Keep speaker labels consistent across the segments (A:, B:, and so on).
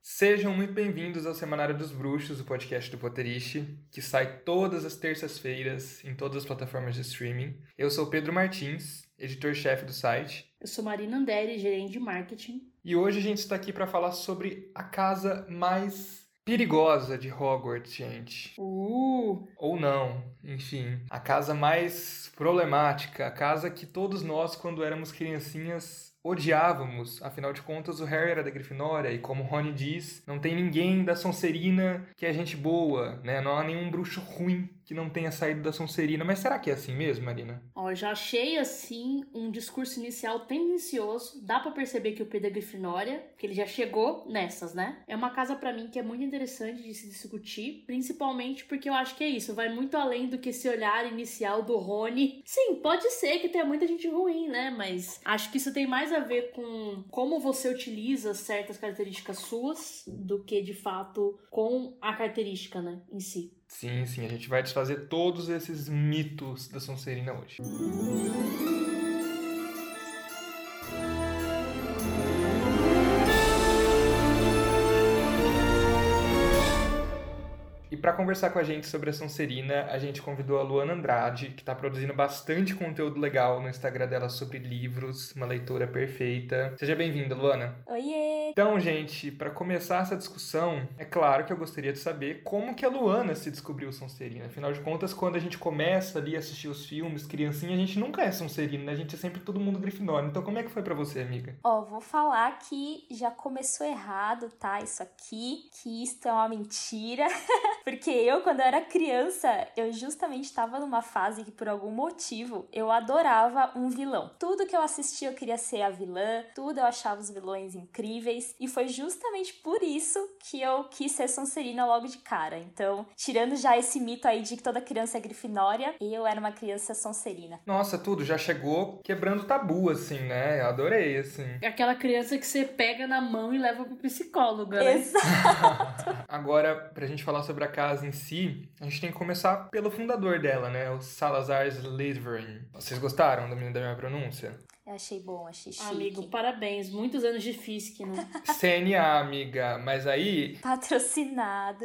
A: Sejam muito bem-vindos ao Semanário dos Bruxos, o podcast do Potterish, que sai todas as terças-feiras em todas as plataformas de streaming. Eu sou o Pedro Martins, editor-chefe do site.
B: Eu sou Marina Anderi, gerente de marketing.
A: E hoje a gente está aqui para falar sobre a casa mais perigosa de Hogwarts, gente. Ou não, enfim. A casa mais problemática, a casa que todos nós, quando éramos criancinhas, odiávamos. Afinal de contas, o Harry era da Grifinória e, como o Rony diz, não tem ninguém da Sonserina que é gente boa, né? Não há nenhum bruxo ruim que não tenha saído da Sonserina. Mas será que é assim mesmo, Marina?
B: Ó, já achei, assim, um discurso inicial tendencioso. Dá pra perceber que o Pedro é Grifinória, que ele já chegou nessas, né? É uma casa, pra mim, que é muito interessante de se discutir, principalmente porque eu acho que é isso, vai muito além do que esse olhar inicial do Rony. Sim, pode ser que tenha muita gente ruim, né? Mas acho que isso tem mais a ver com como você utiliza certas características suas do que, de fato, com a característica, né, em si.
A: Sim, a gente vai desfazer todos esses mitos da Sonserina hoje. E para conversar com a gente sobre a Sonserina, a gente convidou a Luana Andrade, que está produzindo bastante conteúdo legal no Instagram dela sobre livros, uma leitora perfeita. Seja bem-vinda, Luana.
C: Oiê!
A: Então, gente, para começar essa discussão, é claro que eu gostaria de saber como que a Luana se descobriu Sonserina. Afinal de contas, quando a gente começa ali a assistir os filmes, criancinha, a gente nunca é Sonserina, né? A gente é sempre todo mundo Grifinória. Então, como é que foi para você, amiga?
C: Vou falar que já começou errado, tá? Isso aqui, que isto é uma mentira. Porque eu, quando eu era criança, eu justamente estava numa fase que, por algum motivo, eu adorava um vilão. Tudo que eu assistia, eu queria ser a vilã, tudo eu achava os vilões incríveis, e foi justamente por isso que eu quis ser Sonserina logo de cara. Então, tirando já esse mito aí de que toda criança é Grifinória, eu era uma criança Sonserina.
A: Nossa, tudo já chegou quebrando tabu, assim, né? Eu adorei, assim.
B: É aquela criança que você pega na mão e leva pro psicólogo, né?
C: Exato!
A: Agora, pra gente falar sobre a casa em si, a gente tem que começar pelo fundador dela, né? O Salazar Slytherin. Vocês gostaram da minha pronúncia?
C: Eu achei bom, achei chique.
B: Amigo, parabéns. Muitos anos de FISC, né?
A: CNA, amiga. Mas aí...
C: Patrocinado.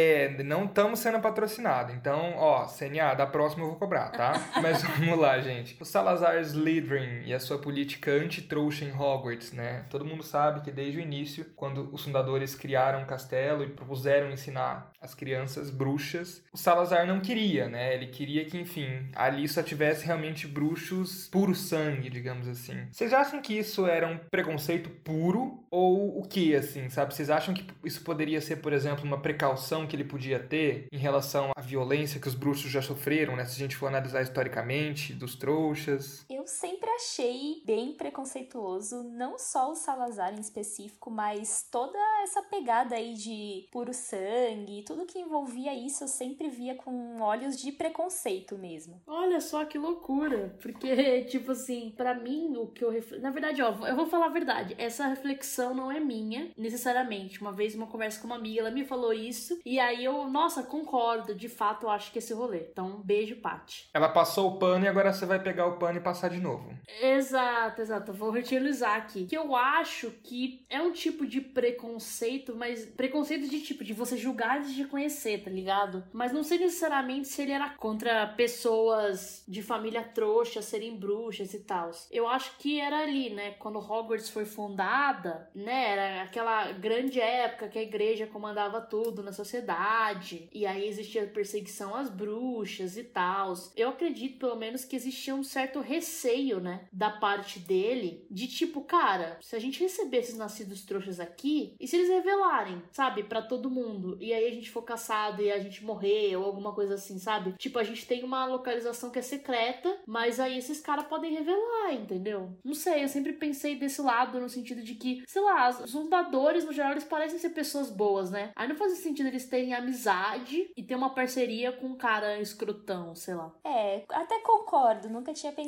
A: Não estamos sendo patrocinados. Então, CNA, da próxima eu vou cobrar, tá? Mas vamos lá, gente. O Salazar Slytherin e a sua política anti-trouxa em Hogwarts, né? Todo mundo sabe que desde o início, quando os fundadores criaram um castelo e propuseram ensinar as crianças bruxas, o Salazar não queria, né? Ele queria que, enfim, ali só tivesse realmente bruxos puro sangue, digamos assim. Vocês acham que isso era um preconceito puro? Ou o que, assim, sabe? Vocês acham que isso poderia ser, por exemplo, uma precaução que ele podia ter em relação à violência que os bruxos já sofreram, né? Se a gente for analisar historicamente, dos trouxas.
C: Eu sempre achei bem preconceituoso, não só o Salazar em específico, mas toda essa pegada aí de puro sangue, tudo que envolvia isso eu sempre via com olhos de preconceito mesmo.
B: Olha só que loucura, porque, tipo assim, pra mim, o que eu... Na verdade, eu vou falar a verdade, essa reflexão não é minha, necessariamente. Uma vez, uma conversa com uma amiga, ela me falou isso, e aí eu, nossa, concordo, de fato, eu acho que esse rolê. Então, beijo, Paty.
A: Ela passou o pano e agora você vai pegar o pano e passar de novo.
B: Exato, eu vou reutilizar aqui. Que eu acho que é um tipo de preconceito, mas preconceito de tipo, de você julgar antes de conhecer, tá ligado? Mas não sei necessariamente se ele era contra pessoas de família trouxa serem bruxas e tal. Eu acho que era ali, né, quando Hogwarts foi fundada, né, era aquela grande época que a igreja comandava tudo na sociedade, e aí existia perseguição às bruxas e tal. Eu acredito, pelo menos, que existia um certo receio, né, da parte dele, de tipo, cara, se a gente receber esses nascidos trouxas aqui, e se eles revelarem, sabe, pra todo mundo, e aí a gente for caçado e a gente morrer, ou alguma coisa assim, sabe? Tipo, a gente tem uma localização que é secreta, mas aí esses caras podem revelar, entendeu? Não sei, eu sempre pensei desse lado, no sentido de que, sei lá, os fundadores, no geral, eles parecem ser pessoas boas, né? Aí não faz sentido eles terem amizade e ter uma parceria com um cara escrotão, sei lá.
C: Até concordo, nunca tinha pensado por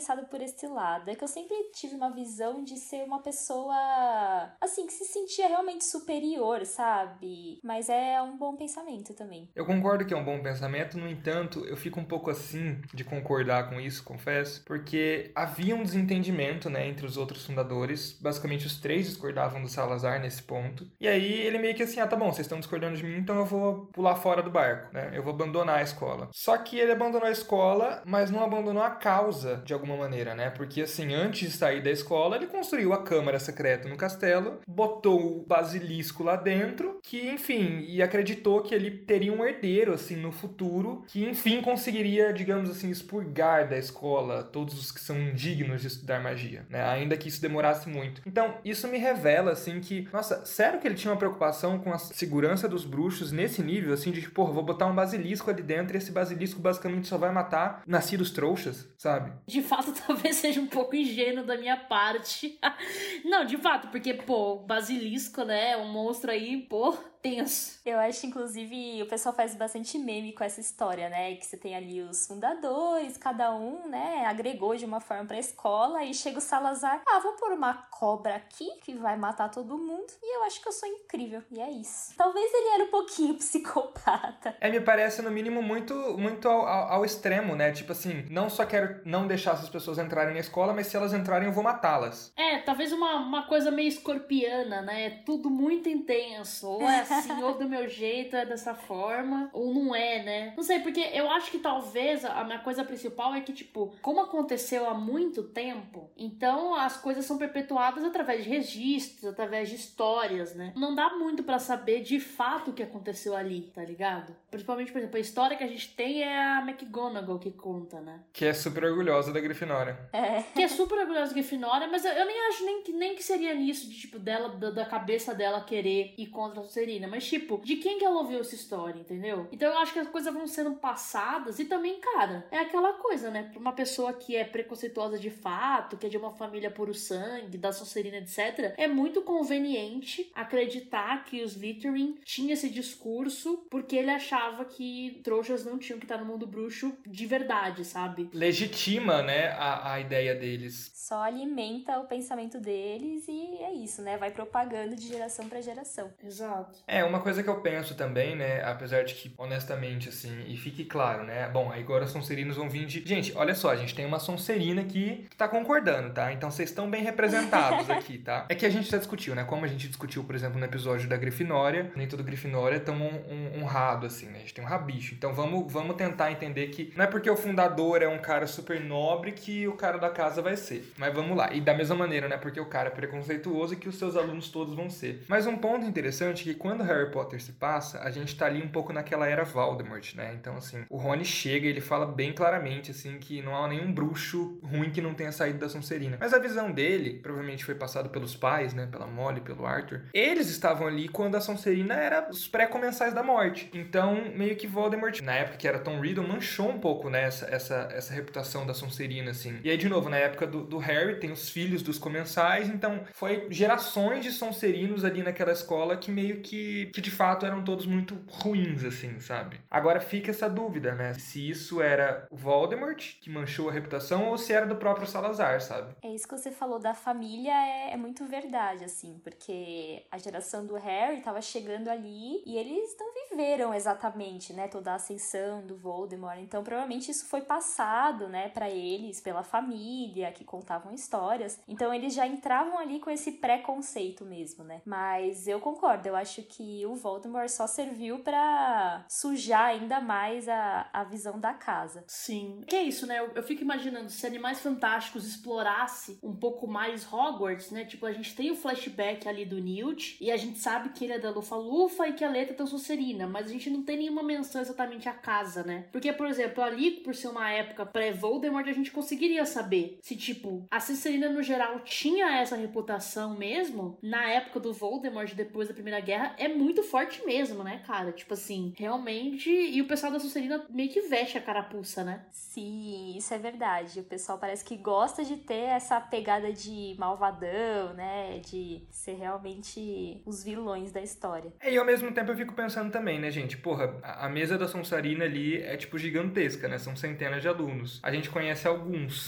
C: esse lado. É que eu sempre tive uma visão de ser uma pessoa, assim, que se sentia realmente superior, sabe? Mas é um bom pensamento também.
A: Eu concordo que é um bom pensamento, no entanto, eu fico um pouco assim de concordar com isso, confesso, porque havia um desentendimento, né, entre os outros fundadores. Basicamente, os 3 discordavam do Salazar nesse ponto. E aí, ele meio que assim, tá bom, vocês estão discordando de mim, então eu vou pular fora do barco, né? Eu vou abandonar a escola. Só que ele abandonou a escola, mas não abandonou a causa, de alguma maneira, né? Porque, assim, antes de sair da escola, ele construiu a Câmara Secreta no castelo, botou o basilisco lá dentro, que, enfim, e acreditou que ele teria um herdeiro, assim, no futuro, que, enfim, conseguiria, digamos assim, expurgar da escola todos os que são indignos de estudar magia, né? Ainda que isso demorasse muito. Então, isso me revela, assim, que, nossa, sério que ele tinha uma preocupação com a segurança dos bruxos nesse nível, assim, de que, porra, vou botar um basilisco ali dentro e esse basilisco basicamente só vai matar nascidos trouxas, sabe?
B: De fato, talvez seja um pouco ingênuo da minha parte. Não, de fato, porque, pô, basilisco, né, é um monstro aí, pô, tenso.
C: Eu acho, inclusive, o pessoal faz bastante meme com essa história, né? Que você tem ali os fundadores, cada um, né, agregou de uma forma pra escola, e chega o Salazar, vou pôr uma cobra aqui que vai matar todo mundo, e eu acho que eu sou incrível. E é isso. Talvez ele era um pouquinho psicopata.
A: Me parece, no mínimo, muito ao extremo, né? Tipo assim, não só quero não deixar essas pessoas entrarem na escola, mas se elas entrarem eu vou matá-las.
B: Talvez uma coisa meio escorpiana, né? Tudo muito intenso. Ou é assim, ou do meu jeito, é dessa forma, ou não é, né? Não sei, porque eu acho que talvez a minha coisa principal é que, tipo, como aconteceu há muito tempo, então as coisas são perpetuadas através de registros, através de histórias, né? Não dá muito pra saber de fato o que aconteceu ali, tá ligado? Principalmente, por exemplo, a história que a gente tem é a McGonagall que conta, né?
A: Que é super orgulhosa da Grifinória.
B: Que é super orgulhosa da Grifinória, mas eu nem acho nem que seria nisso, de tipo, dela, da cabeça dela querer ir contra a Sonserina, mas tipo, de quem que ela ouviu essa história, entendeu? Então eu acho que as coisas vão sendo passadas e também, cara, é aquela coisa, né? Pra uma pessoa que é preconceituosa de fato, que é de uma família puro sangue, da Sonserina, etc., é muito conveniente acreditar que os Slytherin tinham esse discurso porque ele achava que trouxas não tinham que estar no mundo bruxo de verdade, sabe?
A: Legitima, né, a ideia deles.
C: Só alimenta o pensamento deles e é isso, né? Vai propagando de geração pra geração.
B: Exato.
A: Uma coisa que eu penso também, né, apesar de que, honestamente, assim, e fique claro, né, bom, aí agora os Sonserinos vão vir de... Gente, olha só, a gente tem uma Sonserina aqui que tá concordando, tá? Então vocês estão bem representados aqui, tá? É que a gente já discutiu, né, como a gente discutiu, por exemplo, no episódio da Grifinória, nem todo Grifinória é tão honrado, assim, né? A gente tem um rabicho. Então vamos tentar entender que não é porque o fundador é um cara super nobre que o cara da casa vai ser. Mas vamos lá. E da mesma maneira, né, porque o cara é preconceituoso e que os seus alunos todos vão ser. Mas um ponto interessante é que quando Harry Potter se passa, a gente tá ali um pouco naquela era Voldemort, né? Então, assim, o Rony chega e ele fala bem claramente, assim, que não há nenhum bruxo ruim que não tenha saído da Sonserina. Mas a visão dele, provavelmente foi passada pelos pais, né? Pela Molly, pelo Arthur. Eles estavam ali quando a Sonserina era os pré-comensais da morte. Então, meio que Voldemort, na época que era Tom Riddle, manchou um pouco, né? Essa reputação da Sonserina, assim. E aí, de novo, na época do Harry, tem os filhos dos comensais, então foi gerações de Sonserinos ali naquela escola que meio que de fato eram todos muito ruins, assim, sabe? Agora fica essa dúvida, né? Se isso era o Voldemort que manchou a reputação ou se era do próprio Salazar, sabe?
C: É isso que você falou da família, é muito verdade, assim, porque a geração do Harry tava chegando ali e eles não viveram exatamente, né, toda a ascensão do Voldemort, então provavelmente isso foi passado, né, pra eles, pela família, que contavam histórias, então eles já entravam ali com esse preconceito mesmo, né, mas eu concordo, eu acho que o Voldemort só serviu pra sujar ainda mais a visão da casa.
B: Sim. Que é isso, né? Eu fico imaginando se Animais Fantásticos explorasse um pouco mais Hogwarts, né? Tipo, a gente tem o flashback ali do Newt e a gente sabe que ele é da Lufa-Lufa e que a Leta é da Sonserina, mas a gente não tem nenhuma menção exatamente à casa, né? Porque, por exemplo, ali, por ser uma época pré-Voldemort, a gente conseguiria saber se, tipo, a Sonserina no geral tinha essa reputação mesmo. Na época do Voldemort, depois da Primeira Guerra, é muito forte mesmo, né, cara? Tipo assim, realmente... E o pessoal da Sonserina meio que veste a carapuça, né?
C: Sim, isso é verdade. O pessoal parece que gosta de ter essa pegada de malvadão, né? De ser realmente os vilões da história.
A: E ao mesmo tempo eu fico pensando também, né, gente? Porra, a mesa da Sonserina ali é, tipo, gigantesca, né? São centenas de alunos. A gente conhece alguns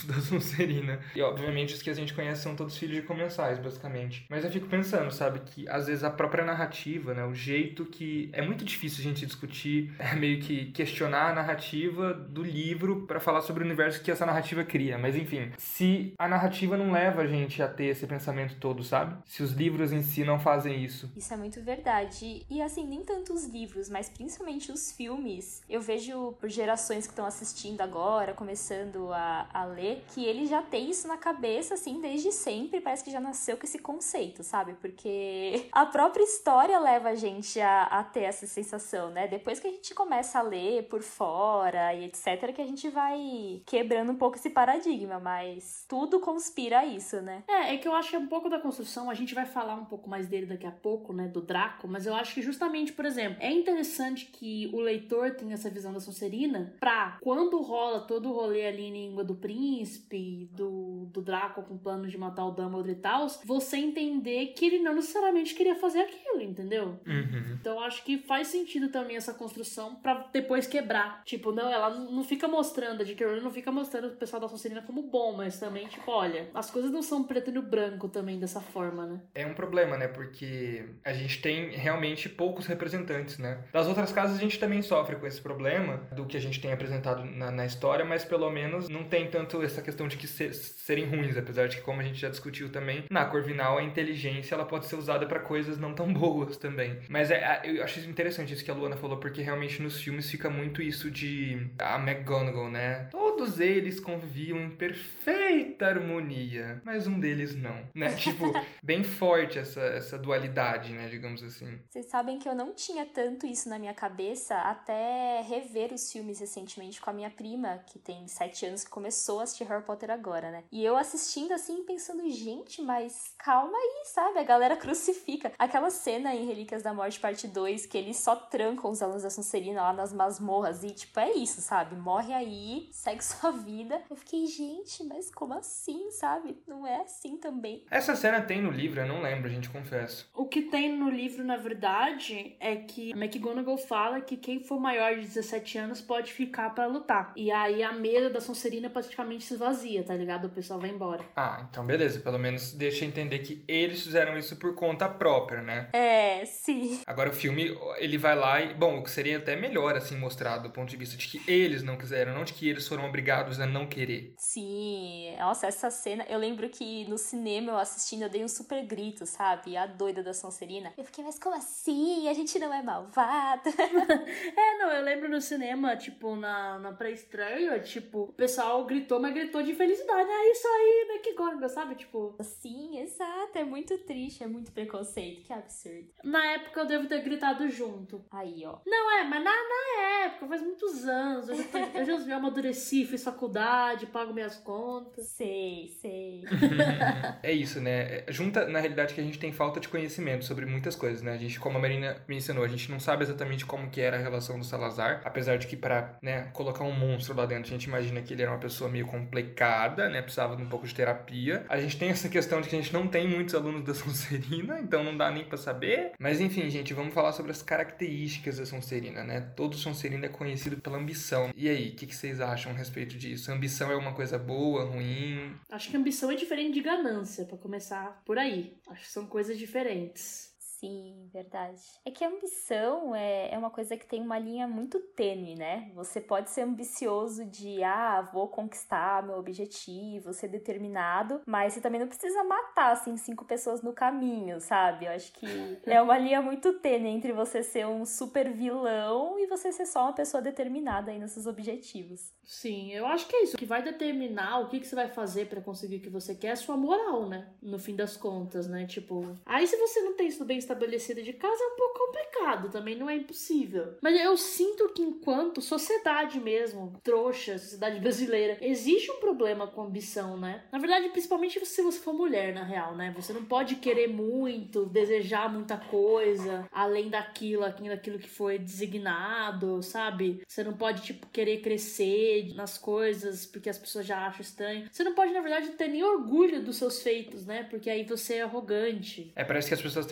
A: da Sonserina. E, obviamente, os que a gente conhece são todos filhos de comensais, basicamente. Mas eu fico pensando, sabe, que às vezes a própria narrativa, né, o jeito que... É muito difícil a gente discutir, meio que questionar a narrativa do livro pra falar sobre o universo que essa narrativa cria. Mas, enfim, se a narrativa não leva a gente a ter esse pensamento todo, sabe? Se os livros em si não fazem isso.
C: Isso é muito verdade. E assim, nem tanto os livros, mas principalmente os filmes. Eu vejo por gerações que estão assistindo agora, começando a ler, que ele já tem isso na cabeça, assim, desde sempre. Parece que já nasceu com esse conceito, sabe? Porque a própria história leva a gente a ter essa sensação, né? Depois que a gente começa a ler por fora e etc, que a gente vai quebrando um pouco esse paradigma, mas tudo conspira a isso, né?
B: É que eu acho que é um pouco da construção, a gente vai falar um pouco mais dele daqui a pouco, né, do Draco, mas eu acho que justamente, por exemplo, é interessante que o leitor tenha essa visão da Sonserina pra, quando rola todo o rolê ali em Língua do Príncipe, do Draco com plano de matar o Dumbledore e tal, você entender que ele não necessariamente queria fazer aquilo, entendeu?
A: Uhum.
B: Então eu acho que faz sentido também essa construção pra depois quebrar. Tipo, não, ela não fica mostrando, a J.K. Rowling não fica mostrando o pessoal da Sonserina como bom, mas também, tipo, olha, as coisas não são preto e branco também dessa forma, né?
A: É um problema, né? Porque a gente tem realmente poucos representantes, né? Das outras casas a gente também sofre com esse problema do que a gente tem apresentado na história, mas pelo menos não tem tanto essa questão de que serem ruins, apesar de que, como a gente já discutiu também, na Corvinal a inteligência ela pode ser usada pra coisas não tão boas também. Mas eu acho interessante isso que a Luana falou, porque realmente nos filmes fica muito isso de a McGonagall, né? Todos eles conviviam em perfeita harmonia, mas um deles não, né? Tipo, bem forte essa dualidade, né? Digamos assim.
C: Vocês sabem que eu não tinha tanto isso na minha cabeça até rever os filmes recentemente com a minha prima, que tem 7 anos, que começou a assistir Harry Potter agora, né? E eu assistindo assim, pensando, gente, mas calma aí, sabe? A galera crucifica. Aquela cena em Relíquias da Morte, parte 2, que eles só trancam os alunos da Sonserina lá nas masmorras e, tipo, é isso, sabe? Morre aí, segue sua vida. Eu fiquei, gente, mas como assim, sabe? Não é assim também.
A: Essa cena tem no livro, eu não lembro, gente, confesso.
B: O que tem no livro, na verdade, é que a McGonagall fala que quem for maior de 17 anos pode ficar pra lutar. E aí a mesa da Sonserina praticamente se esvazia, tá ligado? O pessoal vai embora.
A: Ah, então beleza. Pelo menos deixa eu entender que eles fizeram isso por conta própria, né?
C: É, sim.
A: Agora o filme, ele vai lá e... Bom, o que seria até melhor, assim, mostrado do ponto de vista de que eles não quiseram, não de que eles foram obrigados a não querer.
C: Sim. Nossa, essa cena... Eu lembro que no cinema, eu assistindo, eu dei um super grito, sabe? A doida da Sonserina. Eu fiquei, mas como assim? A gente não é malvada.
B: Não, eu lembro no cinema, tipo, na pré-estreia, tipo, o pessoal gritou, mas gritou de felicidade. É isso aí, McGonagall, sabe? Tipo...
C: Sim, exato. É muito triste, é muito preconceito. Que absurdo.
B: Na época eu devo ter gritado junto.
C: Aí, ó.
B: Não, mas na época, faz muitos anos. Eu já amadureci, fiz faculdade, pago minhas contas.
C: Sei.
A: É isso, né? Junta, na realidade, que a gente tem falta de conhecimento sobre muitas coisas, né? A gente, como a Marina mencionou, a gente não sabe exatamente como que era a relação do Salazar, apesar de que pra, né, colocar um monstro lá dentro, a gente imagina que ele era uma pessoa meio complicada, né? Precisava de um pouco de terapia. A gente tem essa questão de que a gente não tem muitos alunos da Sonserina, então não dá nem pra saber. Mas enfim, gente, vamos falar sobre as características da Sonserina, né? Todo Sonserina é conhecido pela ambição. E aí, o que vocês acham a respeito disso? A ambição é uma coisa boa, ruim?
B: Acho que ambição é diferente de ganância, pra começar por aí. Acho que são coisas diferentes.
C: Sim, verdade. É que a ambição é uma coisa que tem uma linha muito tênue, né? Você pode ser ambicioso de, vou conquistar meu objetivo, ser determinado, mas você também não precisa matar, assim, 5 pessoas no caminho, sabe? Eu acho que é uma linha muito tênue entre você ser um super vilão e você ser só uma pessoa determinada aí nos seus objetivos.
B: Sim, eu acho que é isso. O que vai determinar o que você vai fazer pra conseguir o que você quer é a sua moral, né? No fim das contas, né? Tipo, aí se você não tem isso bem estabelecida de casa, é um pouco complicado, também não é impossível. Mas eu sinto que enquanto sociedade mesmo, trouxa, sociedade brasileira, existe um problema com ambição, né? Na verdade, principalmente se você for mulher, na real, né? Você não pode querer muito, desejar muita coisa, além daquilo que foi designado, sabe? Você não pode, tipo, querer crescer nas coisas porque as pessoas já acham estranho. Você não pode, na verdade, ter nem orgulho dos seus feitos, né? Porque aí você é arrogante.
A: Parece que as pessoas têm que aceitar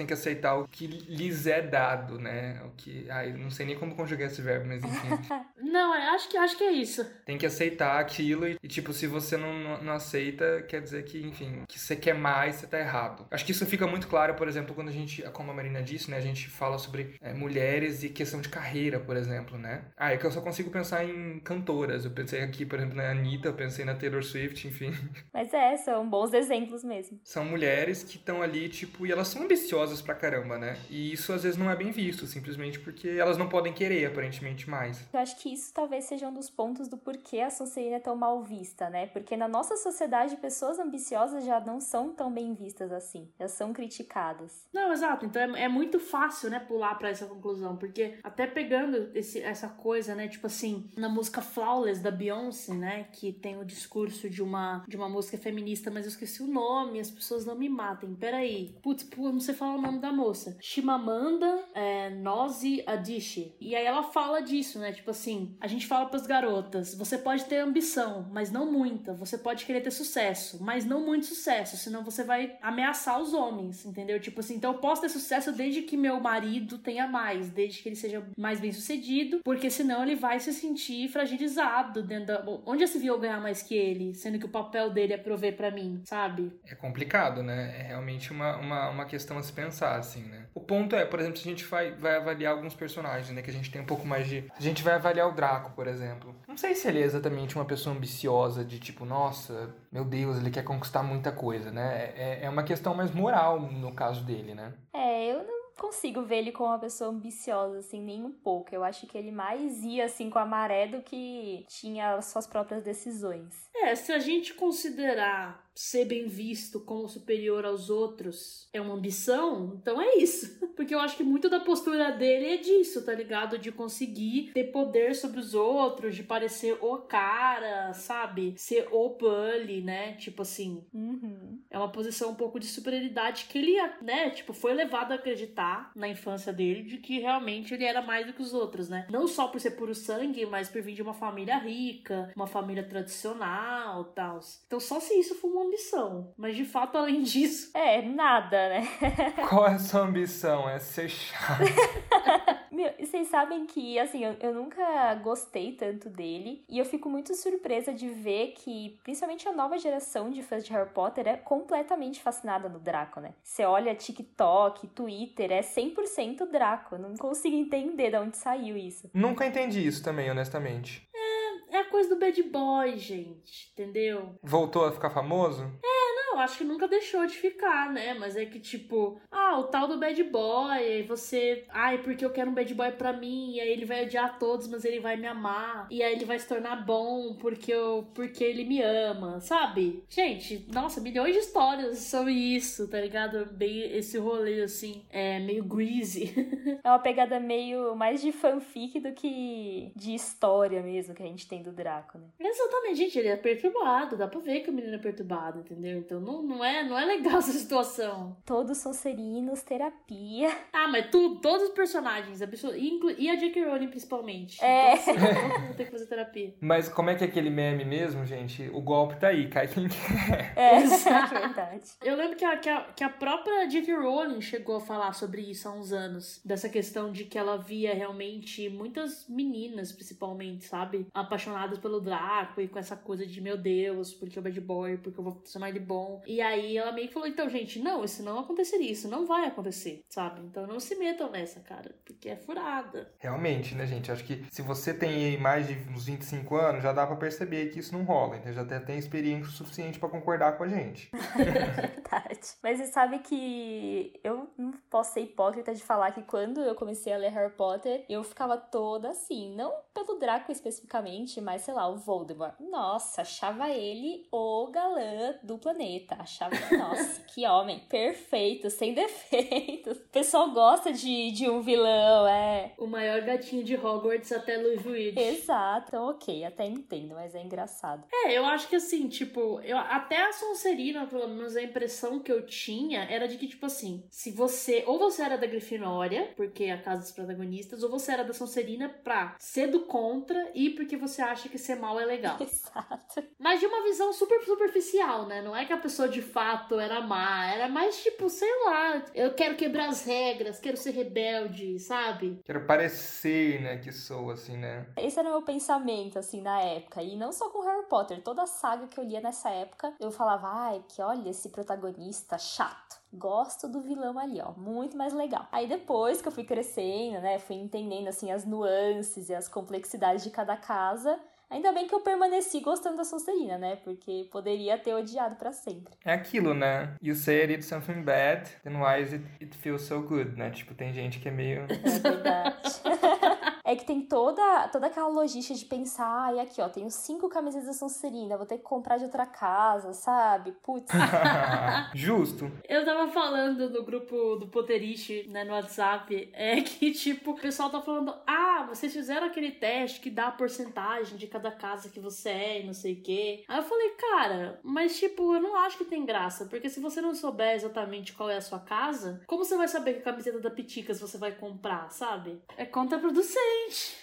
A: aceitar o que lhes é dado, né? O que... eu não sei nem como conjugar esse verbo, mas enfim.
B: Não, acho que é isso.
A: Tem que aceitar aquilo e, tipo, se você não aceita, quer dizer que, enfim, que você quer mais, você tá errado. Acho que isso fica muito claro, por exemplo, quando a gente, como a Marina disse, né, a gente fala sobre mulheres e questão de carreira, por exemplo, né? É que eu só consigo pensar em cantoras. Eu pensei aqui, por exemplo, na Anitta, eu pensei na Taylor Swift, enfim.
C: Mas são bons exemplos mesmo.
A: São mulheres que estão ali, tipo, e elas são ambiciosas pra caramba, né? E isso às vezes não é bem visto, simplesmente porque elas não podem querer, aparentemente, mais.
C: Eu acho que isso talvez seja um dos pontos do porquê a Sonserina é tão mal vista, né? Porque na nossa sociedade, pessoas ambiciosas já não são tão bem vistas assim. Já são criticadas.
B: Não, exato. Então é muito fácil, né, pular pra essa conclusão. Porque até pegando essa coisa, né, tipo assim, na música Flawless da Beyoncé, né, que tem o discurso de uma música feminista, mas eu esqueci o nome, as pessoas não me matem. Peraí. Putz, não sei falar o nome da moça. Chimamanda Ngozi Adichie. E aí ela fala disso, né, tipo assim, a gente fala pras garotas, você pode ter ambição, mas não muita. Você pode querer ter sucesso, mas não muito sucesso, senão você vai ameaçar os homens, entendeu? Tipo assim, então eu posso ter sucesso desde que meu marido tenha mais, desde que ele seja mais bem sucedido, porque senão ele vai se sentir fragilizado dentro da... Onde já se viu eu ganhar mais que ele, sendo que o papel dele é prover pra mim, sabe?
A: É complicado, né? É realmente uma questão a se pensar, assim, né? O ponto é, por exemplo, se a gente vai avaliar alguns personagens, né? Que a gente tem um pouco mais de... A gente vai avaliar o Draco, por exemplo. Não sei se ele é exatamente uma pessoa ambiciosa de tipo, nossa, meu Deus, ele quer conquistar muita coisa, né? É uma questão mais moral no caso dele, né?
C: Eu não consigo ver ele como uma pessoa ambiciosa, assim, nem um pouco. Eu acho que ele mais ia, assim, com a maré do que tinha suas próprias decisões.
B: Se a gente considerar ser bem visto como superior aos outros é uma ambição, então é isso. Porque eu acho que muito da postura dele é disso, tá ligado? De conseguir ter poder sobre os outros, de parecer o cara, sabe? Ser o bully, né? Tipo assim.
C: Uhum.
B: É uma posição um pouco de superioridade que ele, né? Tipo, foi levado a acreditar na infância dele de que realmente ele era mais do que os outros, né? Não só por ser puro sangue, mas por vir de uma família rica, uma família tradicional e tal. Então só se isso for uma ambição. Mas de fato, além disso...
C: nada, né?
A: Qual é a sua ambição? É ser chato.
C: Meu, vocês sabem que, assim, eu nunca gostei tanto dele. E eu fico muito surpresa de ver que, principalmente a nova geração de fãs de Harry Potter é completamente fascinada no Draco, né? Você olha TikTok, Twitter, é 100% Draco. Eu não consigo entender de onde saiu isso.
A: Nunca entendi isso também, honestamente.
B: É a coisa do bad boy, gente, entendeu?
A: Voltou a ficar famoso?
B: Não, acho que nunca deixou de ficar, né? Mas é que, tipo, o tal do bad boy, aí você... porque eu quero um bad boy pra mim, e aí ele vai odiar todos, mas ele vai me amar. E aí ele vai se tornar bom porque ele me ama, sabe? Gente, nossa, milhões de histórias sobre isso, tá ligado? Bem, esse rolê, assim, meio greasy.
C: É uma pegada meio mais de fanfic do que de história mesmo que a gente tem do Draco, né?
B: Exatamente, gente, ele é perturbado, dá pra ver que o menino é perturbado, entendeu? Então não é legal essa situação.
C: Todos são serinos, terapia.
B: Mas todos os personagens, e a J.K. Rowling principalmente. Então, assim, todo mundo tem que fazer terapia.
A: Mas como é que é aquele meme mesmo, gente? O golpe tá aí, cai quem quer.
C: É verdade.
B: Eu lembro que a própria J.K. Rowling chegou a falar sobre isso há uns anos. Dessa questão de que ela via realmente muitas meninas, principalmente, sabe? Apaixonadas pelo Draco e com essa coisa de, meu Deus, porque o bad boy, porque eu vou chamar ele bom. E aí ela meio que falou, então, gente, não, isso não aconteceria, isso não vai acontecer, sabe? Então não se metam nessa, cara, porque é furada.
A: Realmente, né, gente? Acho que se você tem mais de uns 25 anos, já dá pra perceber que isso não rola, então já até tem experiência suficiente pra concordar com a gente.
C: Verdade. Mas você sabe que eu não posso ser hipócrita de falar que quando eu comecei a ler Harry Potter, eu ficava toda assim, não pelo Draco especificamente, mas sei lá, o Voldemort. Nossa, achava ele o galã do planeta. Achava, nossa, que homem perfeito, sem defeitos. O pessoal gosta de um vilão,
B: O maior gatinho de Hogwarts até Louisville.
C: Exato, então, ok, até entendo, mas é engraçado.
B: Eu acho que assim, tipo, até a Sonserina, pelo menos a impressão que eu tinha era de que, tipo assim, se você era da Grifinória, porque é a casa dos protagonistas, ou você era da Sonserina pra ser do contra e porque você acha que ser mal é legal.
C: Exato.
B: Mas de uma visão super superficial, né? Não é que pessoa de fato era má. Era mais tipo, sei lá, eu quero quebrar as regras, quero ser rebelde, sabe?
A: Quero parecer, né, que sou, assim, né?
C: Esse era o meu pensamento, assim, na época. E não só com Harry Potter. Toda a saga que eu lia nessa época, eu falava, ai, que olha esse protagonista chato. Gosto do vilão ali, ó. Muito mais legal. Aí depois que eu fui crescendo, né, fui entendendo, assim, as nuances e as complexidades de cada casa. Ainda bem que eu permaneci gostando da Sonserina, né? Porque poderia ter odiado pra sempre.
A: É aquilo, né? You say I did something bad, then why is it feels so good, né? Tipo, tem gente que é meio...
C: É verdade. É que tem toda aquela logística de pensar, ai, aqui, ó, tenho 5 camisetas da Sonserina, vou ter que comprar de outra casa, sabe? Putz.
A: Justo.
B: Eu tava falando no grupo do Potterish, né, no WhatsApp, que, tipo, o pessoal tá falando, vocês fizeram aquele teste que dá a porcentagem de cada casa que você é e não sei o quê. Aí eu falei, cara, mas, tipo, eu não acho que tem graça, porque se você não souber exatamente qual é a sua casa, como você vai saber que camiseta da Piticas você vai comprar, sabe? É contraproducente.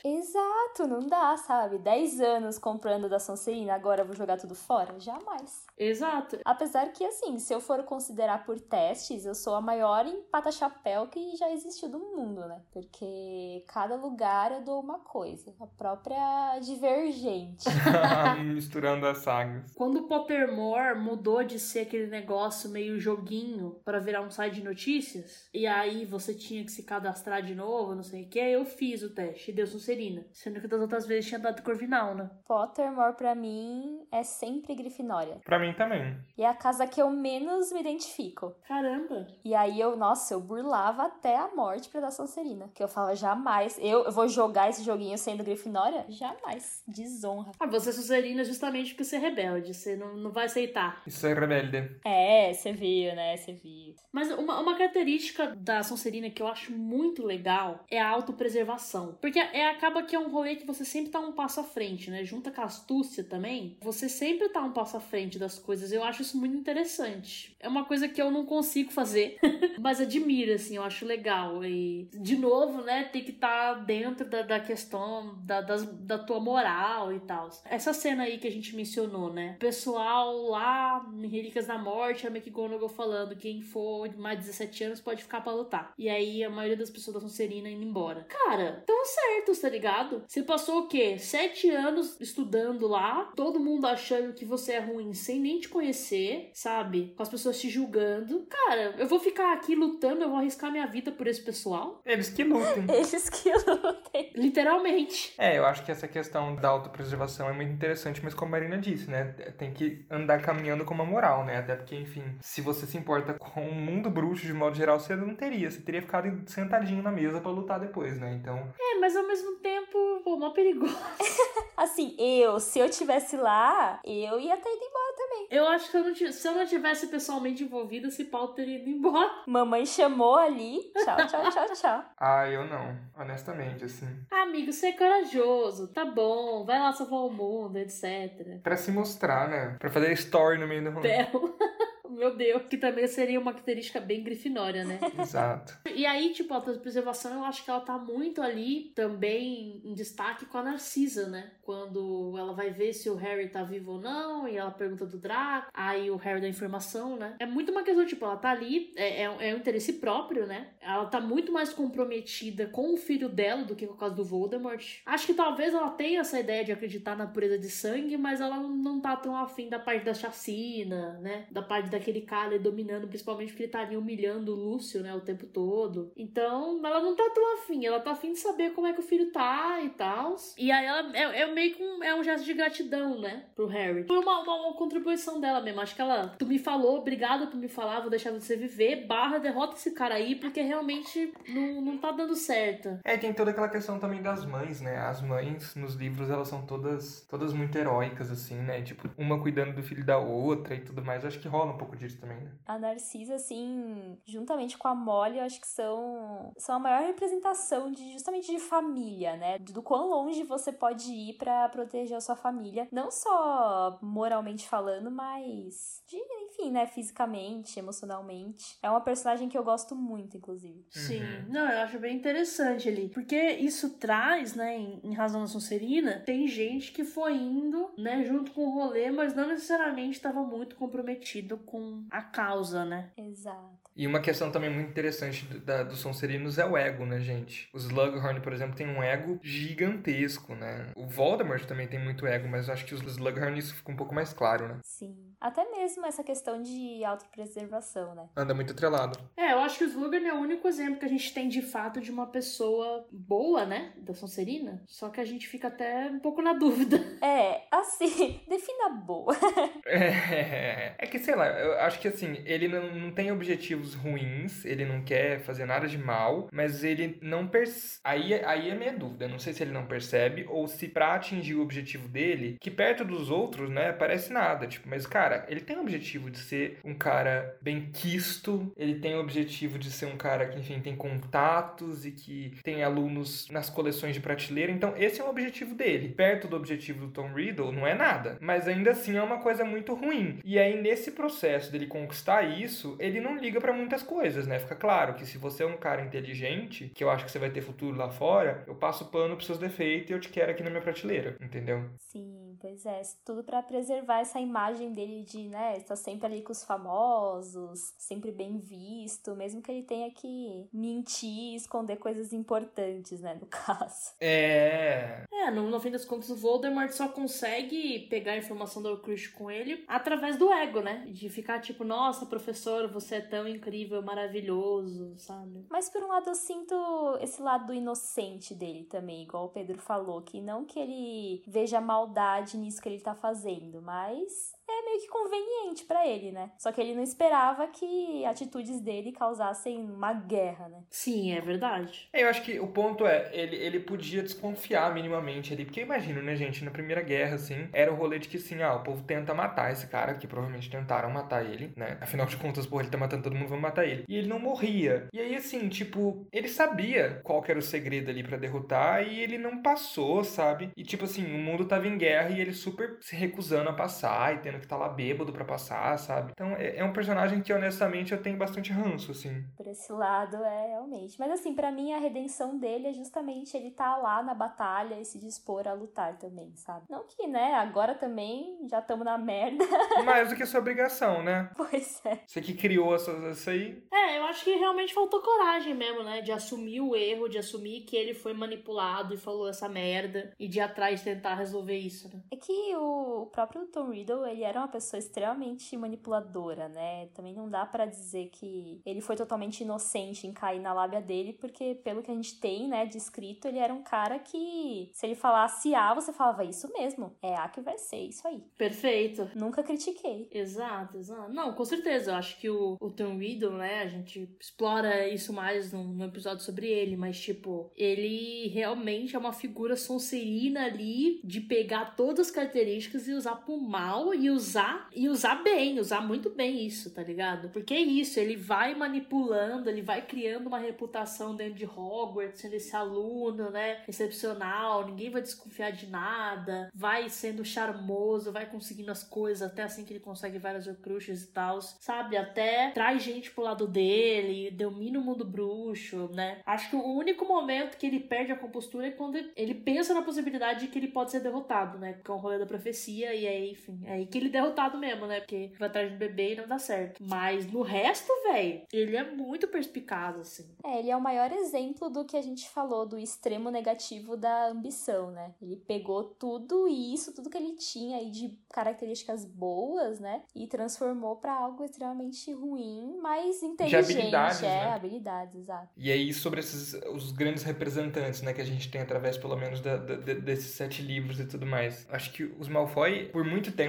C: Exato, não dá, sabe? 10 anos comprando da Sonserina, agora eu vou jogar tudo fora? Jamais.
B: Exato.
C: Apesar que, assim, se eu for considerar por testes, eu sou a maior empata-chapéu que já existiu do mundo, né? Porque cada lugar eu dou uma coisa. A própria Divergente.
A: Misturando as sagas.
B: Quando o Pottermore mudou de ser aquele negócio meio joguinho pra virar um site de notícias, e aí você tinha que se cadastrar de novo, não sei o que, eu fiz o teste e deu Sonserina. Sendo que das outras vezes tinha dado Corvinal, né?
C: Pottermore, pra mim, é sempre Grifinória.
A: Pra mim também.
C: E é a casa que eu menos me identifico.
B: Caramba!
C: E aí eu burlava até a morte pra dar Sonserina. Que eu falava, jamais. Eu vou jogar esse joguinho sendo Grifinória? Jamais. Desonra.
B: Você é Sonserina justamente porque você é rebelde. Você não vai aceitar.
A: Isso é rebelde.
C: É, você viu, né? Você viu.
B: Mas uma característica da Sonserina que eu acho muito legal é a autopreservação. Porque acaba que é um rolê que você sempre tá um passo à frente, né? Junta com a astúcia também, você sempre tá um passo à frente das coisas. Eu acho isso muito interessante. É uma coisa que eu não consigo fazer, mas admiro, assim, eu acho legal. E, de novo, né, tem que estar dentro da questão da tua moral e tal. Essa cena aí que a gente mencionou, né? O pessoal lá em Relíquias da Morte, a McGonagall falando, quem for de mais de 17 anos pode ficar pra lutar. E aí a maioria das pessoas da Sonserina indo embora. Cara, tão certos, tá ligado? Você passou o quê? 7 anos estudando lá, todo mundo achando que você é ruim sem nem te conhecer, sabe? Com as pessoas te julgando. Cara, eu vou ficar aqui lutando, eu vou arriscar minha vida por esse pessoal?
A: Eles que lutem.
C: Eles que lutem.
B: Literalmente.
A: Eu acho que essa questão da autopreservação é muito interessante, mas como a Marina disse, né? Tem que andar caminhando com uma moral, né? Até porque, enfim, se você se importa com o mundo bruxo de modo geral, você não teria. Você teria ficado sentadinho na mesa pra lutar depois, né? Então...
B: mas ao mesmo tempo, pô, mó perigoso.
C: Assim, se eu tivesse lá, eu ia ter ido embora também.
B: Eu acho que se eu não tivesse pessoalmente envolvida, esse pau teria ido embora.
C: Mamãe chamou ali, tchau, tchau, tchau, tchau.
A: Eu não. Honestamente, assim.
B: Amigo, você é corajoso, tá bom, vai lá salvar o mundo, etc.
A: Pra se mostrar, né? Pra fazer story no meio do rolê.
B: Bel. Meu Deus, que também seria uma característica bem grifinória, né?
A: Exato.
B: E aí, tipo, a autopreservação, eu acho que ela tá muito ali também em destaque com a Narcisa, né? Quando ela vai ver se o Harry tá vivo ou não, e ela pergunta do Draco, aí o Harry dá informação, né? É muito uma questão, tipo, ela tá ali, é um interesse próprio, né? Ela tá muito mais comprometida com o filho dela do que com o caso do Voldemort. Acho que talvez ela tenha essa ideia de acreditar na pureza de sangue, mas ela não tá tão afim da parte da chacina, né? Da parte daquele cara dominando, principalmente porque ele tá ali humilhando o Lúcio, né? O tempo todo. Então, ela não tá tão afim. Ela tá afim de saber como é que o filho tá e tal. E aí ela meio que um gesto de gratidão, né? Pro Harry. Foi uma contribuição dela mesmo. Acho que tu me falou, obrigada por me falar, vou deixar você viver, derrota esse cara aí, porque realmente não tá dando certo.
A: Tem toda aquela questão também das mães, né? As mães, nos livros, elas são todas muito heróicas, assim, né? Tipo, uma cuidando do filho da outra e tudo mais. Eu acho que rola um pouco pouco disso também, né?
C: A Narcisa, assim, juntamente com a Molly, eu acho que são a maior representação justamente de família, né? Do quão longe você pode ir pra proteger a sua família. Não só moralmente falando, mas enfim, né? Fisicamente, emocionalmente. É uma personagem que eu gosto muito, inclusive.
B: Sim. Não, eu acho bem interessante ali. Porque isso traz, né, em Razão da Sonserina, tem gente que foi indo, né, junto com o rolê, mas não necessariamente estava muito comprometido com a causa, né?
C: Exato.
A: E uma questão também muito interessante dos Sonserinos é o ego, né, gente? O Slughorn, por exemplo, tem um ego gigantesco, né? O Voldemort também tem muito ego, mas eu acho que os Slughorn isso fica um pouco mais claro, né?
C: Sim. Até mesmo essa questão de autopreservação, né?
A: Anda muito atrelado.
B: Eu acho que o Slughorn é o único exemplo que a gente tem de fato de uma pessoa boa, né, da Sonserina. Só que a gente fica até um pouco na dúvida.
C: Assim, defina boa.
A: É que, sei lá, eu acho que assim, ele não tem objetivos ruins, ele não quer fazer nada de mal, mas ele não percebe. Aí é minha dúvida, não sei se ele não percebe ou se pra atingir o objetivo dele, que perto dos outros, né, parece nada. Tipo, mas cara, ele tem o objetivo de ser um cara bem quisto, ele tem o objetivo de ser um cara que, enfim, tem contatos e que tem alunos nas coleções de prateleira, então esse é o objetivo dele. Perto do objetivo do Tom Riddle, não é nada, mas ainda assim é uma coisa muito ruim. E aí, nesse processo dele conquistar isso, ele não liga pra muitas coisas, né? Fica claro que se você é um cara inteligente, que eu acho que você vai ter futuro lá fora, eu passo pano pros seus defeitos e eu te quero aqui na minha prateleira, entendeu?
C: Sim, pois é. Tudo pra preservar essa imagem dele de, né, estar sempre ali com os famosos, sempre bem visto, mesmo que ele tenha que mentir, esconder coisas importantes, né, no caso.
B: No fim das contas, o Voldemort só consegue pegar a informação do Horcrux com ele através do ego, né? De ficar tipo, nossa, professor, você é tão incrível, maravilhoso, sabe?
C: Mas por um lado eu sinto esse lado inocente dele também, igual o Pedro falou, que não que ele veja maldade nisso que ele tá fazendo, mas é meio que conveniente pra ele, né? Só que ele não esperava que atitudes dele causassem uma guerra, né?
B: Sim, é verdade.
A: Eu acho que o ponto é, ele podia desconfiar minimamente ali, porque imagina, né, gente, na Primeira Guerra, assim, era o rolê de que, assim, o povo tenta matar esse cara, que provavelmente tentaram matar ele, né? Afinal de contas, porra, ele tá matando todo mundo, vamos matar ele. E ele não morria. E aí, assim, tipo, ele sabia qual que era o segredo ali pra derrotar e ele não passou, sabe? E, tipo assim, o mundo tava em guerra e ele super se recusando a passar e tendo que estar lá bêbado pra passar, sabe? Então, é um personagem que, honestamente, eu tenho bastante ranço, assim.
C: Por esse lado, realmente. Mas, assim, pra mim, a redenção dele é justamente ele tá lá na batalha e se dispor a lutar também, sabe? Não que, né, agora também já estamos na merda.
A: Mais do que sua obrigação, né?
C: Pois é.
A: Você que criou isso aí.
B: Eu acho que realmente faltou coragem mesmo, né? De assumir o erro, de assumir que ele foi manipulado e falou essa merda e de ir atrás tentar resolver isso, né?
C: É que o próprio Tom Riddle, ele era uma pessoa extremamente manipuladora, né? Também não dá pra dizer que ele foi totalmente inocente em cair na lábia dele, porque pelo que a gente tem, né, descrito, ele era um cara que, se ele falasse A, você falava, isso mesmo, é A que vai ser, isso aí.
B: Perfeito.
C: Nunca critiquei.
B: Exato. Não, com certeza. Eu acho que o Tom Riddle, né, a gente explora isso mais no episódio sobre ele, mas, tipo, ele realmente é uma figura sonserina ali de pegar todas as características e usar pro mal e usar bem, usar muito bem isso, tá ligado? Porque é isso, ele vai manipulando, ele vai criando uma reputação dentro de Hogwarts, sendo esse aluno, né, excepcional, ninguém vai desconfiar de nada, vai sendo charmoso, vai conseguindo as coisas, até assim que ele consegue várias Horcruxes e tal, sabe? Até traz gente pro lado dele, domina o mundo bruxo, né? Acho que o único momento que ele perde a compostura é quando ele pensa na possibilidade de que ele pode ser derrotado, né? Porque é um rolê da profecia e aí, enfim, é aí que ele é derrotado mesmo, né? Porque vai atrás do bebê e não dá certo. Mas no resto, velho, ele é muito perspicaz, assim.
C: Ele é o maior exemplo do que a gente falou, do extremo negativo da ambição, né? Ele pegou tudo isso, tudo que ele tinha aí de características boas, né? E transformou pra algo extremamente ruim, mas inteligente.
A: De habilidades, né?
C: Habilidades, exato.
A: E aí, sobre os grandes representantes, né, que a gente tem através, pelo menos, desses 7 livros e tudo mais. Acho que os Malfoy, por muito tempo, assim,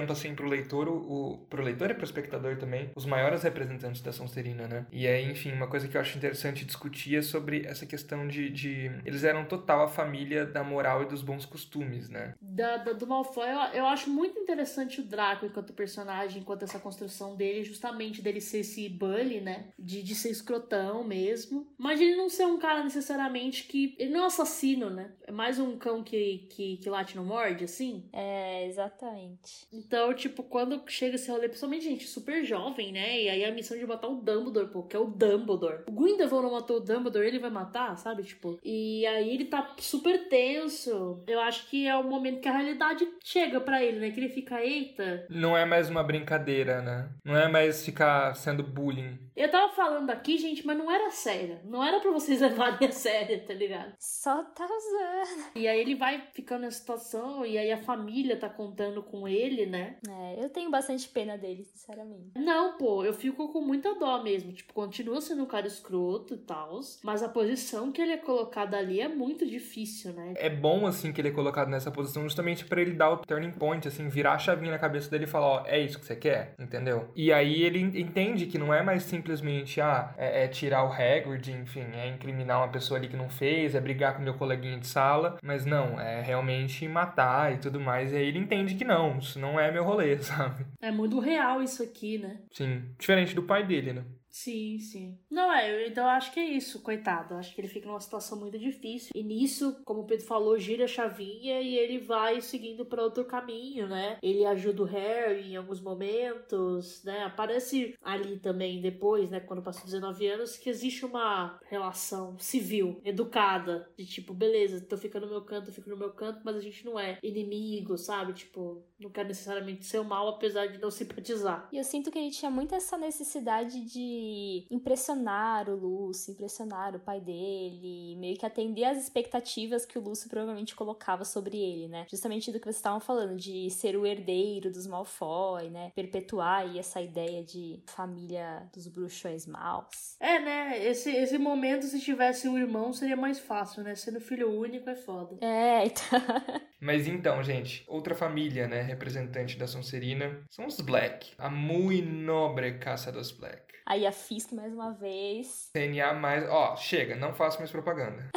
A: pro leitor, pro leitor e pro espectador também, os maiores representantes da Sonserina, né? E aí, enfim, uma coisa que eu acho interessante discutir é sobre essa questão de eles eram total a família da moral e dos bons costumes, né?
B: Do Malfoy, eu acho muito interessante o Draco enquanto personagem, enquanto essa construção dele, justamente dele ser esse bully, né? De ser escrotão mesmo. Mas ele não ser um cara necessariamente que... Ele não é um assassino, né? É mais um cão que late não morde, assim.
C: É, exatamente.
B: Então, tipo, quando chega esse rolê, principalmente gente super jovem, né? E aí a missão de matar o Dumbledore, pô, que é o Dumbledore. O Grindelwald não matou o Dumbledore, ele vai matar, sabe? Tipo, e aí ele tá super tenso. Eu acho que é o momento que a realidade chega pra ele, né? Que ele fica, eita.
A: Não é mais uma brincadeira, né? Não é mais ficar sendo bullying.
B: Eu tava falando aqui, gente, mas não era sério. Não era pra vocês levarem a sério, tá ligado?
C: Só tá usando.
B: E aí ele vai ficando nessa situação, e aí a família tá contando com ele, né?
C: É, eu tenho bastante pena dele, sinceramente.
B: Não, pô, eu fico com muita dó mesmo. Tipo, continua sendo um cara escroto e tal, mas a posição que ele é colocado ali é muito difícil, né?
A: É bom, assim, que ele é colocado nessa posição justamente pra ele dar o turning point, assim, virar a chavinha na cabeça dele e falar, ó, é isso que você quer, entendeu? E aí ele entende que não é mais simplesmente, é tirar o Hagrid, enfim, é incriminar uma pessoa ali que não fez, é brigar com meu coleguinha de sala, mas não, é realmente matar e tudo mais, e aí ele entende que não, isso não é meu rolê, sabe?
B: É muito real isso aqui, né?
A: Sim, diferente do pai dele, né?
B: Sim, sim. Não, então eu acho que é isso, coitado. Eu acho que ele fica numa situação muito difícil. E nisso, como o Pedro falou, gira a chavinha e ele vai seguindo para outro caminho, né? Ele ajuda o Harry em alguns momentos, né? Aparece ali também depois, né? Quando passou 19 anos, que existe uma relação civil, educada. De tipo, beleza, tô ficando no meu canto, fico no meu canto, mas a gente não é inimigo, sabe? Tipo, não quer necessariamente ser o mal, apesar de não simpatizar.
C: E eu sinto que ele tinha muito essa necessidade de impressionar o Lúcio, impressionar o pai dele, meio que atender às expectativas que o Lúcio provavelmente colocava sobre ele, né? Justamente do que vocês estavam falando, de ser o herdeiro dos Malfoy, né? Perpetuar aí essa ideia de família dos bruxões maus.
B: É, né? Esse momento, se tivesse um irmão, seria mais fácil, né? Sendo filho único é foda.
C: É, então...
A: Mas então, gente, outra família, né, representante da Sonserina, são os Black. A muito nobre Casa dos Black.
C: Aí a Fisk mais uma vez.
A: CNA mais... Ó, chega, não faço mais propaganda.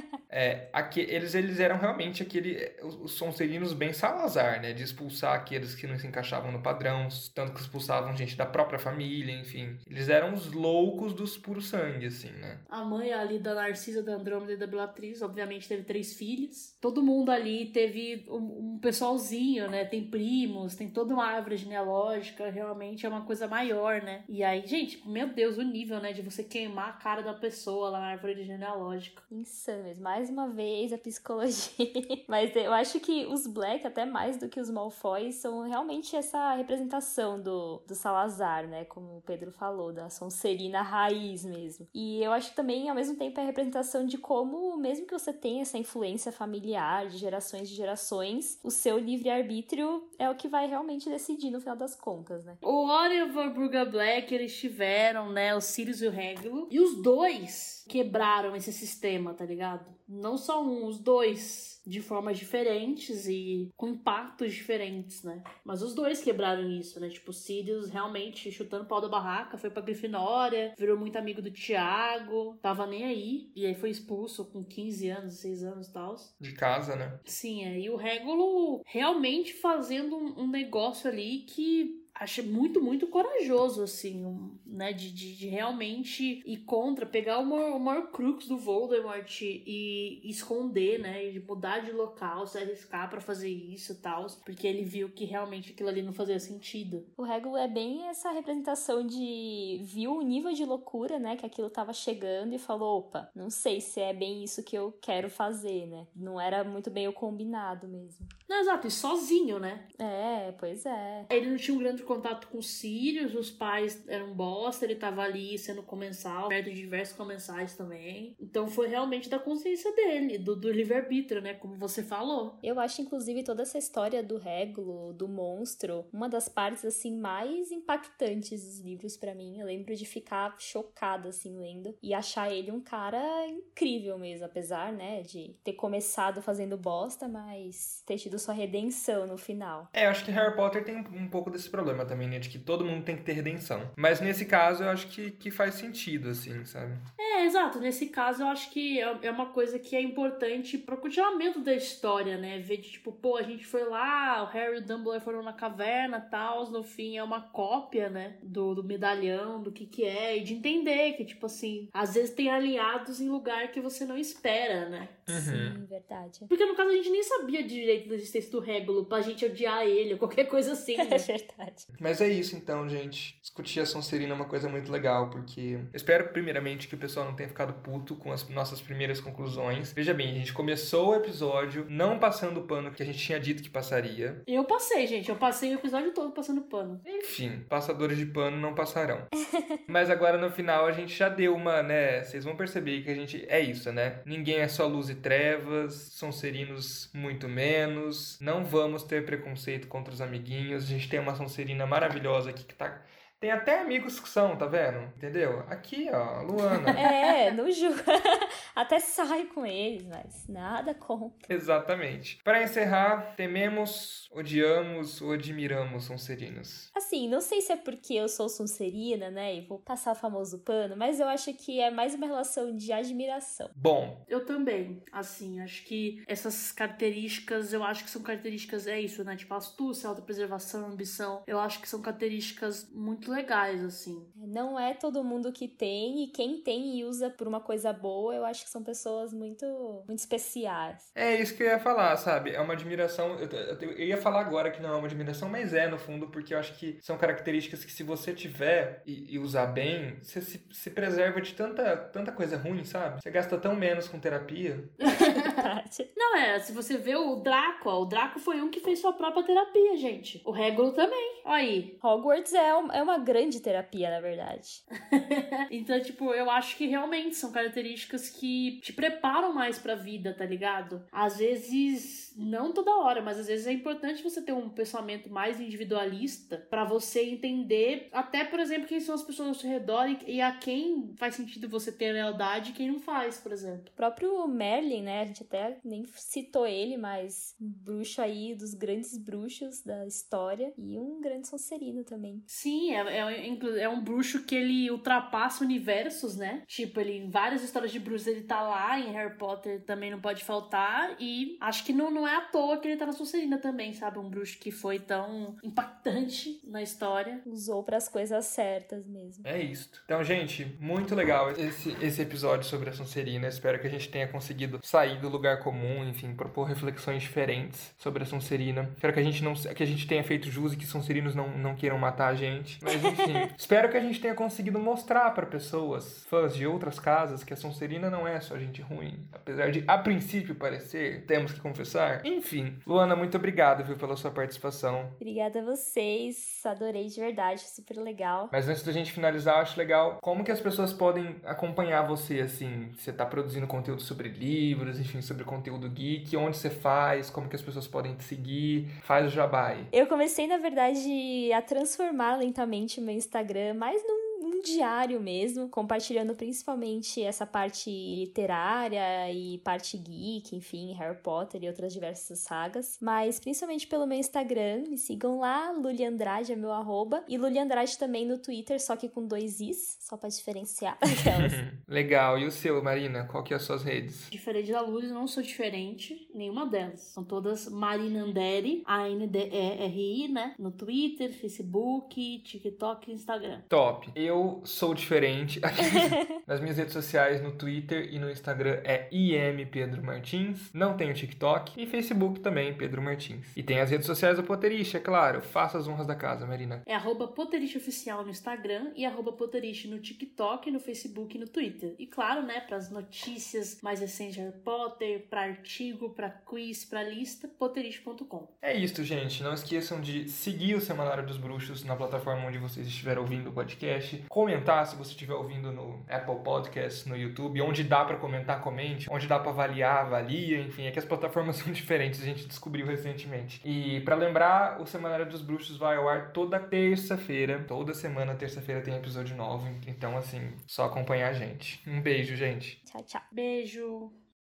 A: Eles eram realmente os Sonserinos bem Salazar, né? De expulsar aqueles que não se encaixavam no padrão, tanto que expulsavam gente da própria família, enfim. Eles eram os loucos dos puro sangue, assim, né?
B: A mãe ali da Narcisa, da Andrômeda e da Bellatrix, obviamente teve 3 filhos. Todo mundo ali teve um pessoalzinho, né? Tem primos, tem toda uma árvore genealógica, realmente é uma coisa maior, né? E aí, gente, meu Deus, o nível, né? De você queimar a cara da pessoa lá na árvore genealógica.
C: Insano mesmo. Mais uma vez a psicologia. Mas eu acho que os Black, até mais do que os Malfoy, são realmente essa representação do Salazar, né? Como o Pedro falou, da Sonserina raiz mesmo. E eu acho que também, ao mesmo tempo, é a representação de como, mesmo que você tenha essa influência familiar de gerações, o seu livre-arbítrio é o que vai realmente decidir no final das contas, né?
B: O Oliver Burga Black, eles tiveram, né, o Sirius e o Regulus, e os dois quebraram esse sistema, tá ligado? Não só um, os dois, de formas diferentes e com impactos diferentes, né? Mas os dois quebraram isso, né? Tipo, o Sirius realmente chutando o pau da barraca, foi pra Grifinória, virou muito amigo do Tiago, tava nem aí, e aí foi expulso com 15 anos, 6 anos e tal.
A: De casa, né?
B: Sim, e o Regulus realmente fazendo um negócio ali que achei muito, muito corajoso, assim, né, de realmente ir contra, pegar o maior crux do Voldemort e esconder, né, e mudar de local, se arriscar pra fazer isso e tal, porque ele viu que realmente aquilo ali não fazia sentido.
C: O Regulus é bem essa representação viu o nível de loucura, né, que aquilo tava chegando e falou, opa, não sei se é bem isso que eu quero fazer, né, não era muito bem o combinado mesmo.
B: Não, exato, e sozinho, né?
C: É, pois é.
B: Ele não tinha um grande contato com os Sirius, os pais eram bosta, ele tava ali sendo comensal, perto de diversos comensais também. Então foi realmente da consciência dele, do livre-arbítrio, né? Como você falou.
C: Eu acho, inclusive, toda essa história do Régulo, do monstro, uma das partes, assim, mais impactantes dos livros pra mim. Eu lembro de ficar chocada, assim, lendo. E achar ele um cara incrível mesmo, apesar, né, de ter começado fazendo bosta, mas ter tido sua redenção no final.
A: Eu acho que Harry Potter tem um pouco desse problema também, né? De que todo mundo tem que ter redenção. Mas nesse caso, eu acho que faz sentido, assim, sabe?
B: Exato. Nesse caso, eu acho que é uma coisa que é importante pro continuamento da história, né? Ver de, tipo, pô, a gente foi lá, o Harry e o Dumbledore foram na caverna e tal, no fim é uma cópia, né? Do medalhão, do que é, e de entender que, tipo assim, às vezes tem aliados em lugar que você não espera, né?
C: Sim, verdade.
B: Porque no caso a gente nem sabia direito da existência do Régulo pra gente odiar ele ou qualquer coisa assim, né?
C: É verdade.
A: Mas é isso então, gente. Discutir a Sonserina é uma coisa muito legal, porque eu espero primeiramente que o pessoal não tenha ficado puto com as nossas primeiras conclusões. Veja bem, a gente começou o episódio não passando o pano que a gente tinha dito que passaria.
B: Eu passei, gente. Eu passei o episódio todo passando pano.
A: Enfim, passadores de pano não passarão. Mas agora no final a gente já deu uma, né? Vocês vão perceber que a gente... É isso, né? Ninguém é só luz e trevas, Sonserinos muito menos. Não vamos ter preconceito contra os amiguinhos. A gente tem uma Sonserina maravilhosa aqui que tá... Tem até amigos que são, tá vendo? Entendeu? Aqui, ó, Luana.
C: Não julga. Até sai com eles, mas nada contra.
A: Exatamente. Para encerrar, tememos, odiamos ou admiramos Sonserinos?
C: Assim, não sei se é porque eu sou Sonserina, né, e vou passar o famoso pano, mas eu acho que é mais uma relação de admiração.
A: Bom.
B: Eu também, assim, acho que essas características, eu acho que são características, é isso, né, tipo astúcia, autopreservação, ambição, eu acho que são características muito legais, assim.
C: Não é todo mundo que tem, e quem tem e usa por uma coisa boa, eu acho que são pessoas muito, muito especiais.
A: É isso que eu ia falar, sabe? É uma admiração. Eu ia falar agora que não é uma admiração, mas é no fundo, porque eu acho que são características que se você tiver e usar bem, você se preserva de tanta coisa ruim, sabe? Você gasta tão menos com terapia.
B: Não, se você vê o Draco, ó, o Draco foi um que fez sua própria terapia, gente. O Régulo também, ó aí.
C: Hogwarts é uma grande terapia, na verdade.
B: Então, tipo, eu acho que realmente são características que te preparam mais pra vida, tá ligado? Às vezes, não toda hora, mas às vezes é importante você ter um pensamento mais individualista pra você entender, até, por exemplo, quem são as pessoas ao seu redor e a quem faz sentido você ter lealdade e quem não faz, por exemplo.
C: O próprio Merlin, né, a gente até nem citou ele, mas um bruxo aí, dos grandes bruxos da história, e um grande Sonserino também.
B: Sim, é um bruxo que ele ultrapassa universos, né? Tipo, ele em várias histórias de bruxos ele tá lá, em Harry Potter também não pode faltar, e acho que não é à toa que ele tá na Sonserina também, sabe? Um bruxo que foi tão impactante na história.
C: Usou pras coisas certas mesmo.
A: É isso. Então, gente, muito legal esse episódio sobre a Sonserina. Espero que a gente tenha conseguido sair do lugar comum, enfim, propor reflexões diferentes sobre a Sonserina. Espero que a gente tenha feito jus e que Sonserinos não queiram matar a gente. Mas, enfim, espero que a gente tenha conseguido mostrar para pessoas, fãs de outras casas, que a Sonserina não é só gente ruim. Apesar de, a princípio, parecer, temos que confessar. Enfim, Luana, muito obrigado, viu, pela sua participação.
C: Obrigada a vocês, adorei de verdade, super legal.
A: Mas antes da gente finalizar, eu acho legal como que as pessoas podem acompanhar você, assim, você tá produzindo conteúdo sobre livros, enfim, sobre conteúdo geek, onde você faz, como que as pessoas podem te seguir, faz o jabá aí.
C: Eu comecei, na verdade, a transformar lentamente o meu Instagram mais num diário mesmo, compartilhando principalmente essa parte literária e parte geek, enfim, Harry Potter e outras diversas sagas, mas principalmente pelo meu Instagram, me sigam lá, Luli Andrade é meu @, e Luli Andrade também no Twitter, só que com 2 Is, só pra diferenciar aquelas.
A: Legal, e o seu, Marina? Qual que é as suas redes?
B: Diferente da Luz, não sou diferente, nenhuma delas. São todas Marina Anderi, ANDERI, né? No Twitter, Facebook, TikTok e Instagram.
A: Top. Eu sou diferente. Nas minhas redes sociais, no Twitter e no Instagram é Pedro Martins. Não tenho TikTok. E Facebook também, Pedro Martins. E tem as redes sociais do Potterish, é claro. Faça as honras da casa, Marina.
B: É @Potterish Oficial no Instagram e @Potterish no TikTok, no Facebook e no Twitter. E claro, né, para as notícias mais recentes de Harry Potter, para artigo, para quiz, para lista, potterish.com.
A: É isso, gente. Não esqueçam de seguir o Semanário dos Bruxos na plataforma onde vocês estiverem ouvindo o podcast. comentar, se você estiver ouvindo no Apple Podcasts, no YouTube, onde dá pra comentar, comente, onde dá pra avaliar, avalia, enfim, é que as plataformas são diferentes, a gente descobriu recentemente. E pra lembrar, o Semanário dos Bruxos vai ao ar toda terça-feira, toda semana, terça-feira tem episódio novo, então assim, só acompanhar a gente. Um beijo, gente.
C: Tchau, tchau.
B: Beijo.